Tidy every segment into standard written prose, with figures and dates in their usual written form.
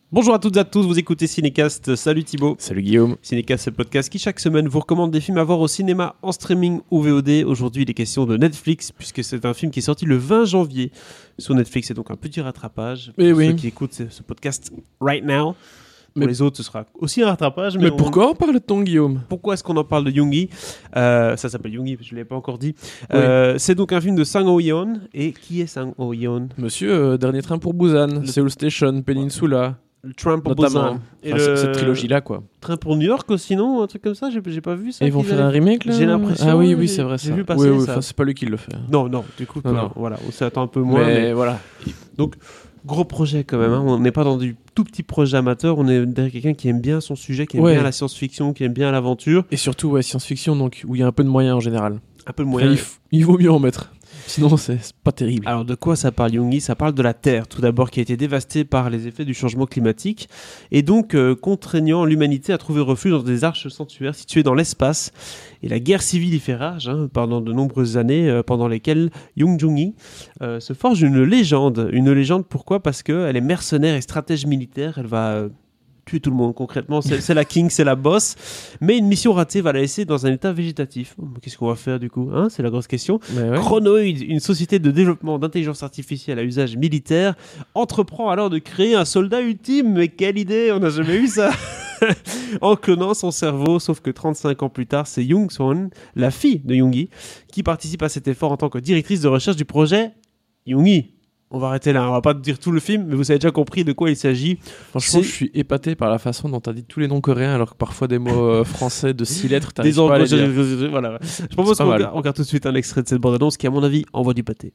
Bonjour à toutes et à tous, vous écoutez Cinécast. Salut Thibaut. Salut Guillaume. Cinécast, c'est le podcast qui chaque semaine vous recommande des films à voir au cinéma, en streaming ou VOD. Aujourd'hui, il est question de Netflix, puisque c'est un film qui est sorti le 20 janvier sur Netflix. C'est donc un petit rattrapage pour ceux qui écoutent ce podcast right now. Pour les autres, ce sera aussi un rattrapage. Mais pourquoi on parle de ton Guillaume ? Pourquoi est-ce qu'on en parle de Yoongi ? Ça s'appelle Yoongi, je ne l'avais pas encore dit. Oui. C'est donc un film de Sang Ho-yeon. Et qui est Sang Ho-yeon ? Monsieur, Dernier train pour Busan, Seoul Station, Peninsula, le Train pour notamment. Busan. Cette trilogie-là, quoi. Train pour New York aussi, non ? Un truc comme ça, j'ai pas vu ça. Et ils vont faire un remake, là ? J'ai l'impression. Ah oui, c'est vrai, ça. J'ai vu passer oui, ça. c'est pas lui qui le fait. Non, du coup, non. Voilà, on s'attend un peu moins. Mais voilà. Donc, gros projet quand même. Hein. On n'est pas dans du tout petit projet amateur. On est derrière quelqu'un qui aime bien son sujet, qui aime bien la science-fiction, qui aime bien l'aventure. Et surtout, science-fiction, donc où il y a un peu de moyens en général. Un peu de moyens. Il vaut mieux en mettre. Sinon, c'est pas terrible. Alors, de quoi ça parle, Yoongi ? Ça parle de la Terre, tout d'abord, qui a été dévastée par les effets du changement climatique, et donc contraignant l'humanité à trouver refuge dans des arches sanctuaires situées dans l'espace. Et la guerre civile y fait rage, pendant de nombreuses années, pendant lesquelles Yoon Jung-hee se forge une légende. Une légende, pourquoi ? Parce qu'elle est mercenaire et stratège militaire. Elle va tuer tout le monde, concrètement. C'est la king, c'est la boss. Mais une mission ratée va la laisser dans un état végétatif. Qu'est-ce qu'on va faire, du coup ? C'est la grosse question. Chronoid, une société de développement d'intelligence artificielle à usage militaire, entreprend alors de créer un soldat ultime. Mais quelle idée ! On n'a jamais eu ça. En clonant son cerveau, sauf que 35 ans plus tard, c'est Young Sohn, la fille de Yoongi, qui participe à cet effort en tant que directrice de recherche du projet Yoongi. On va arrêter là, on va pas dire tout le film, mais vous avez déjà compris de quoi il s'agit. Franchement, je suis épaté par la façon dont tu as dit tous les noms coréens, alors que parfois des mots français de 6 lettres, t'arrives pas à les dire. Voilà. Je propose qu'on regarde tout de suite un extrait de cette bande-annonce qui, à mon avis, envoie du pâté.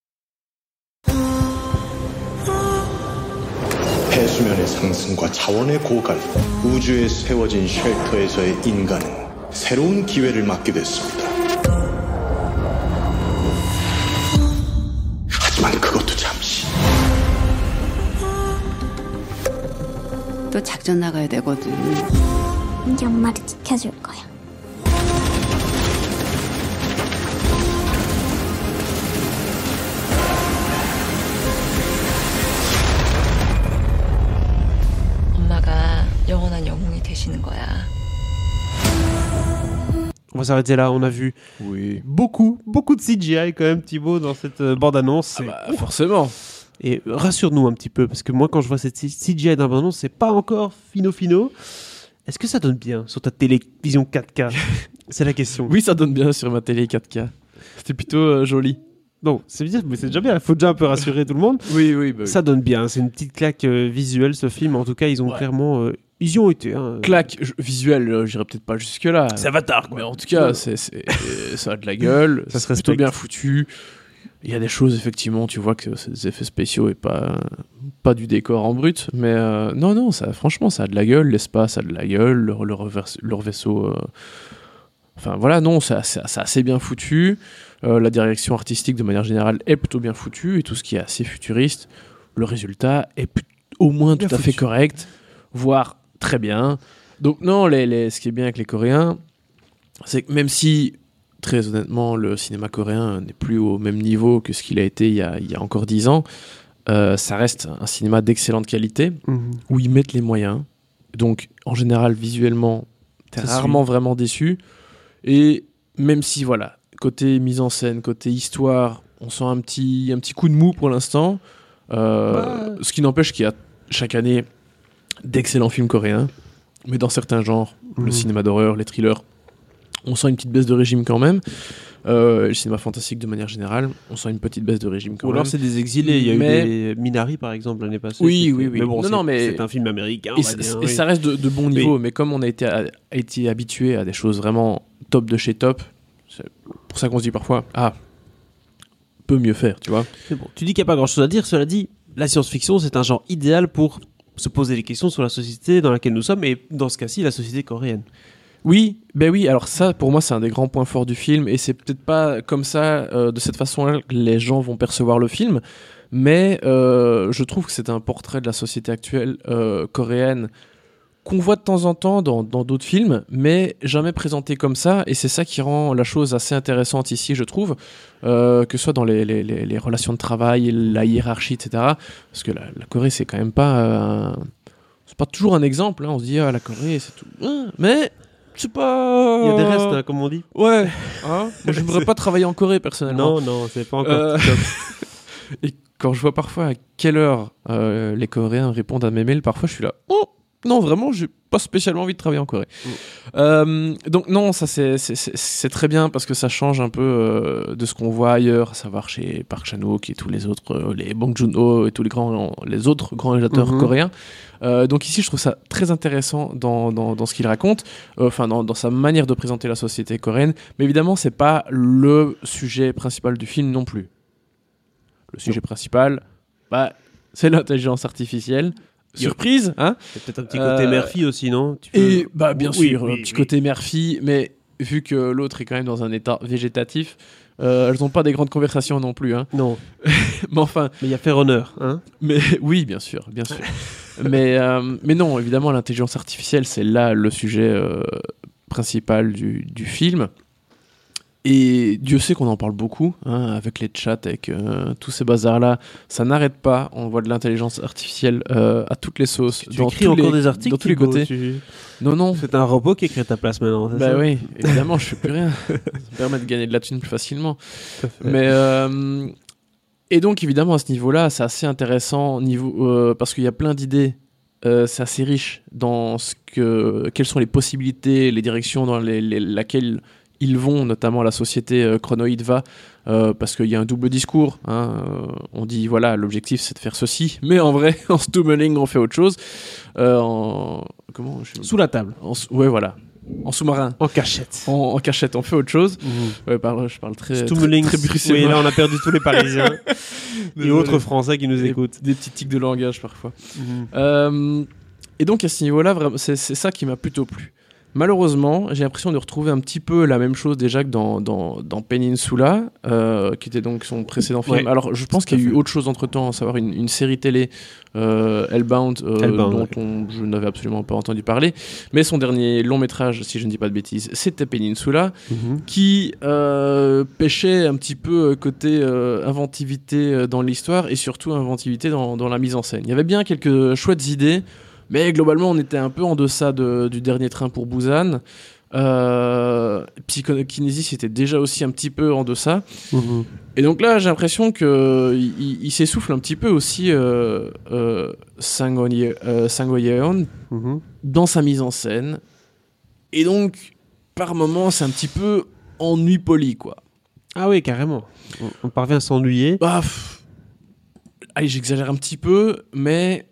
해수면의 상승과 차원의 고갈, 우주에 세워진 쉘터에서의 인간은 새로운 기회를 맞게 됐습니다. 하지만 그것도 잠시. 또 작전 나가야 되거든. 이제 엄마를 지켜줄 거야. 엄마가 영원한 영웅이 되시는 거야. On va s'arrêter là, on a vu beaucoup de CGI quand même, Thibaut, dans cette bande-annonce. Forcément. Et rassure-nous un petit peu, parce que moi, quand je vois cette CGI dans la bande-annonce, c'est pas encore fino. Est-ce que ça donne bien sur ta télévision 4K ? C'est la question. Oui, ça donne bien sur ma télé 4K. C'était plutôt joli. Non, c'est bien, mais c'est déjà bien. Il faut déjà un peu rassurer tout le monde. Oui. Ça donne bien. C'est une petite claque visuelle, ce film. En tout cas, ils ont clairement... ils y ont été. Claque visuelle, j'irais peut-être pas jusque-là. C'est Avatar, quoi. Mais en tout cas, ça a de la gueule. Ça se plutôt respecte. bien foutu. Il y a des choses, effectivement, tu vois que c'est des effets spéciaux et pas du décor en brut. Mais non, franchement, ça a de la gueule. L'espace a de la gueule. Leur vaisseau... Enfin, voilà, non, c'est assez bien foutu. La direction artistique, de manière générale, est plutôt bien foutue. Et tout ce qui est assez futuriste, le résultat est au moins tout à fait correct, voire très bien. Donc non, ce qui est bien avec les Coréens, c'est que même si, très honnêtement, le cinéma coréen n'est plus au même niveau que ce qu'il a été il y a encore 10 ans, ça reste un cinéma d'excellente qualité, où ils mettent les moyens. Donc, en général, visuellement, t'es rarement vraiment déçu. Et même si, voilà, côté mise en scène, côté histoire, on sent un petit coup de mou pour l'instant, ce qui n'empêche qu'il y a chaque année d'excellents films coréens, mais dans certains genres, le cinéma d'horreur, les thrillers, on sent une petite baisse de régime quand même. Le cinéma fantastique de manière générale, on sent une petite baisse de régime quand même. Ou alors c'est des exilés, il y a eu des Minari par exemple l'année passée. Oui. Mais bon, mais c'est un film américain. Et ça reste de bon niveau, mais comme on a été habitué à des choses vraiment top de chez top, c'est pour ça qu'on se dit parfois, peut mieux faire, tu vois. C'est bon. Tu dis qu'il n'y a pas grand chose à dire, cela dit, la science-fiction c'est un genre idéal pour se poser des questions sur la société dans laquelle nous sommes, et dans ce cas-ci, la société coréenne. Oui, alors ça, pour moi, c'est un des grands points forts du film, et c'est peut-être pas comme ça, de cette façon-là, que les gens vont percevoir le film, mais je trouve que c'est un portrait de la société actuelle coréenne qu'on voit de temps en temps dans d'autres films, mais jamais présenté comme ça, et c'est ça qui rend la chose assez intéressante ici, je trouve, que ce soit dans les relations de travail, la hiérarchie, etc. Parce que la Corée, c'est quand même pas c'est pas toujours un exemple, hein. On se dit la Corée c'est tout, mais c'est pas. Il y a des restes, hein, comme on dit. Ouais. Hein, moi je voudrais pas travailler en Corée personnellement. Non, c'est pas encore top. Et quand je vois parfois à quelle heure les Coréens répondent à mes mails, parfois je suis là, non, vraiment, j'ai pas spécialement envie de travailler en Corée. Donc non, ça c'est très bien parce que ça change un peu de ce qu'on voit ailleurs, à savoir chez Park Chan-wook et tous les autres, les Bong Joon-ho et tous les autres grands réalisateurs coréens. Donc ici, je trouve ça très intéressant dans ce qu'il raconte, dans sa manière de présenter la société coréenne. Mais évidemment, c'est pas le sujet principal du film non plus. Le sujet principal, c'est l'intelligence artificielle. Surprise, hein. C'est peut-être un petit côté mère-fille aussi, non? Et bien sûr, un petit côté mère-fille, mais vu que l'autre est quand même dans un état végétatif, elles n'ont pas des grandes conversations non plus, hein. Non. Mais enfin. Mais il y a Fair Honneur, hein. Mais oui, bien sûr. mais non, évidemment, l'intelligence artificielle, c'est là le sujet principal du film. Et Dieu sait qu'on en parle beaucoup, hein, avec les chats, avec tous ces bazars-là. Ça n'arrête pas. On voit de l'intelligence artificielle à toutes les sauces. Tu écris encore des articles dans tous les côtés. Non. C'est un robot qui écrit à ta place maintenant. C'est ça oui, évidemment, je fais plus rien. Ça me permet de gagner de la thune plus facilement. Mais et donc évidemment à ce niveau-là, c'est assez intéressant parce qu'il y a plein d'idées. C'est assez riche dans quelles sont les possibilités, les directions dans laquelle ils vont, notamment la société Chronoid va, parce qu'il y a un double discours. Hein, on dit, voilà, l'objectif c'est de faire ceci, mais en vrai, en Stumeling, on fait autre chose. Sous la table. Ouais, voilà. En sous-marin. En cachette. En cachette, on fait autre chose. Ouais, je parle très bruxellois. Oui, là, on a perdu tous les Parisiens et autres Français qui nous écoutent. Des petits tics de langage, parfois. Et donc, à ce niveau-là, vraiment, c'est ça qui m'a plutôt plu. Malheureusement, j'ai l'impression de retrouver un petit peu la même chose déjà que dans Peninsula, qui était donc son précédent film. Ouais, alors, je pense qu'il y a eu autre chose entre-temps, à savoir une série télé, Hellbound, dont je n'avais absolument pas entendu parler. Mais son dernier long métrage, si je ne dis pas de bêtises, c'était Peninsula, qui pêchait un petit peu côté inventivité dans l'histoire et surtout inventivité dans la mise en scène. Il y avait bien quelques chouettes idées, mais globalement, on était un peu en deçà du dernier train pour Busan. Psychokinesis était déjà aussi un petit peu en deçà. Et donc là, j'ai l'impression qu'il s'essouffle un petit peu aussi Sang Ho-yeon dans sa mise en scène. Et donc, par moments, c'est un petit peu ennui poli, quoi. Ah oui, carrément. On parvient à s'ennuyer. Allez, j'exagère un petit peu, mais...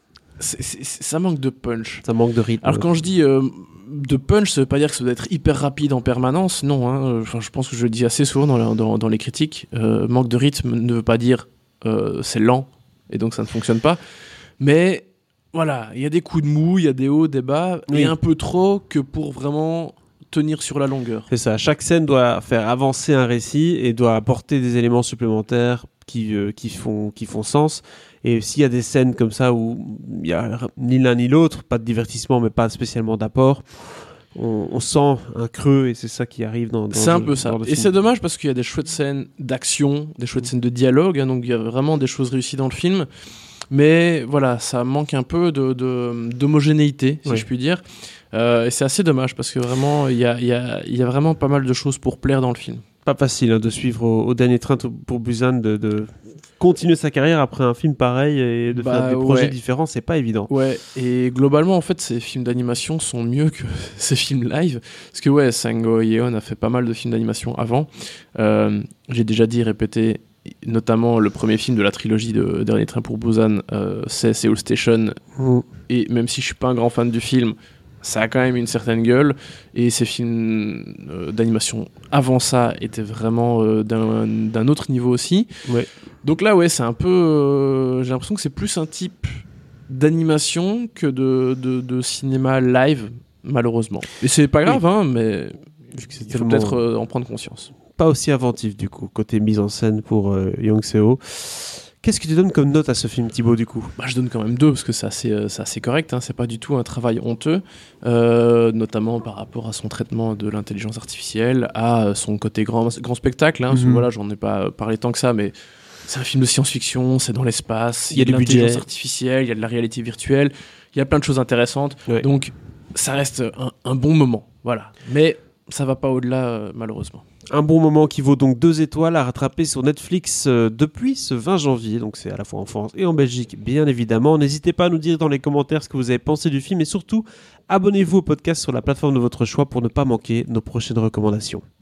ça manque de punch. Ça manque de rythme. Alors quand je dis de punch, ça veut pas dire que ça doit être hyper rapide en permanence. Non, hein. Je pense que je le dis assez souvent dans les critiques. Manque de rythme ne veut pas dire c'est lent et donc ça ne fonctionne pas. Mais voilà, il y a des coups de mou, il y a des hauts, des bas, et un peu trop que pour vraiment tenir sur la longueur. C'est ça. Chaque scène doit faire avancer un récit et doit apporter des éléments supplémentaires qui font sens. Et s'il y a des scènes comme ça où il n'y a ni l'un ni l'autre, pas de divertissement mais pas spécialement d'apport, on sent un creux et c'est ça qui arrive dans c'est un peu ça. Et c'est dommage parce qu'il y a des chouettes scènes d'action, des chouettes scènes de dialogue, hein, donc il y a vraiment des choses réussies dans le film. Mais voilà, ça manque un peu d'homogénéité, si je puis dire. Et c'est assez dommage parce que vraiment, il y a vraiment pas mal de choses pour plaire dans le film. Pas facile de suivre au dernier train pour Busan, de continuer sa carrière après un film pareil et de faire des projets différents, c'est pas évident. Ouais, et globalement, en fait, ces films d'animation sont mieux que ces films live. Parce que Sang Ho-yeon a fait pas mal de films d'animation avant. J'ai déjà dit, répété, notamment le premier film de la trilogie de Dernier Train pour Busan, c'est Seoul Station. Et même si je suis pas un grand fan du film, ça a quand même une certaine gueule, et ces films d'animation avant ça étaient vraiment d'un autre niveau aussi. Donc là, c'est un peu... j'ai l'impression que c'est plus un type d'animation que de cinéma live, malheureusement. Et c'est pas grave, hein, mais il faut peut-être en prendre conscience. Pas aussi inventif, du coup, côté mise en scène pour Yong Seo. Qu'est-ce que tu donnes comme note à ce film, Thibaut, du coup ? Je donne quand même 2, parce que c'est assez correct, hein. C'est pas du tout un travail honteux, notamment par rapport à son traitement de l'intelligence artificielle, à son côté grand spectacle, hein. Voilà, j'en ai pas parlé tant que ça, mais c'est un film de science-fiction, c'est dans l'espace, il y a de l'intelligence artificielle, il y a de la réalité virtuelle, Il y a plein de choses intéressantes. Ouais. Donc, ça reste un bon moment. Voilà. Mais ça va pas au-delà, malheureusement. Un bon moment qui vaut donc 2 étoiles à rattraper sur Netflix depuis ce 20 janvier. Donc c'est à la fois en France et en Belgique, bien évidemment. N'hésitez pas à nous dire dans les commentaires ce que vous avez pensé du film et surtout, abonnez-vous au podcast sur la plateforme de votre choix pour ne pas manquer nos prochaines recommandations.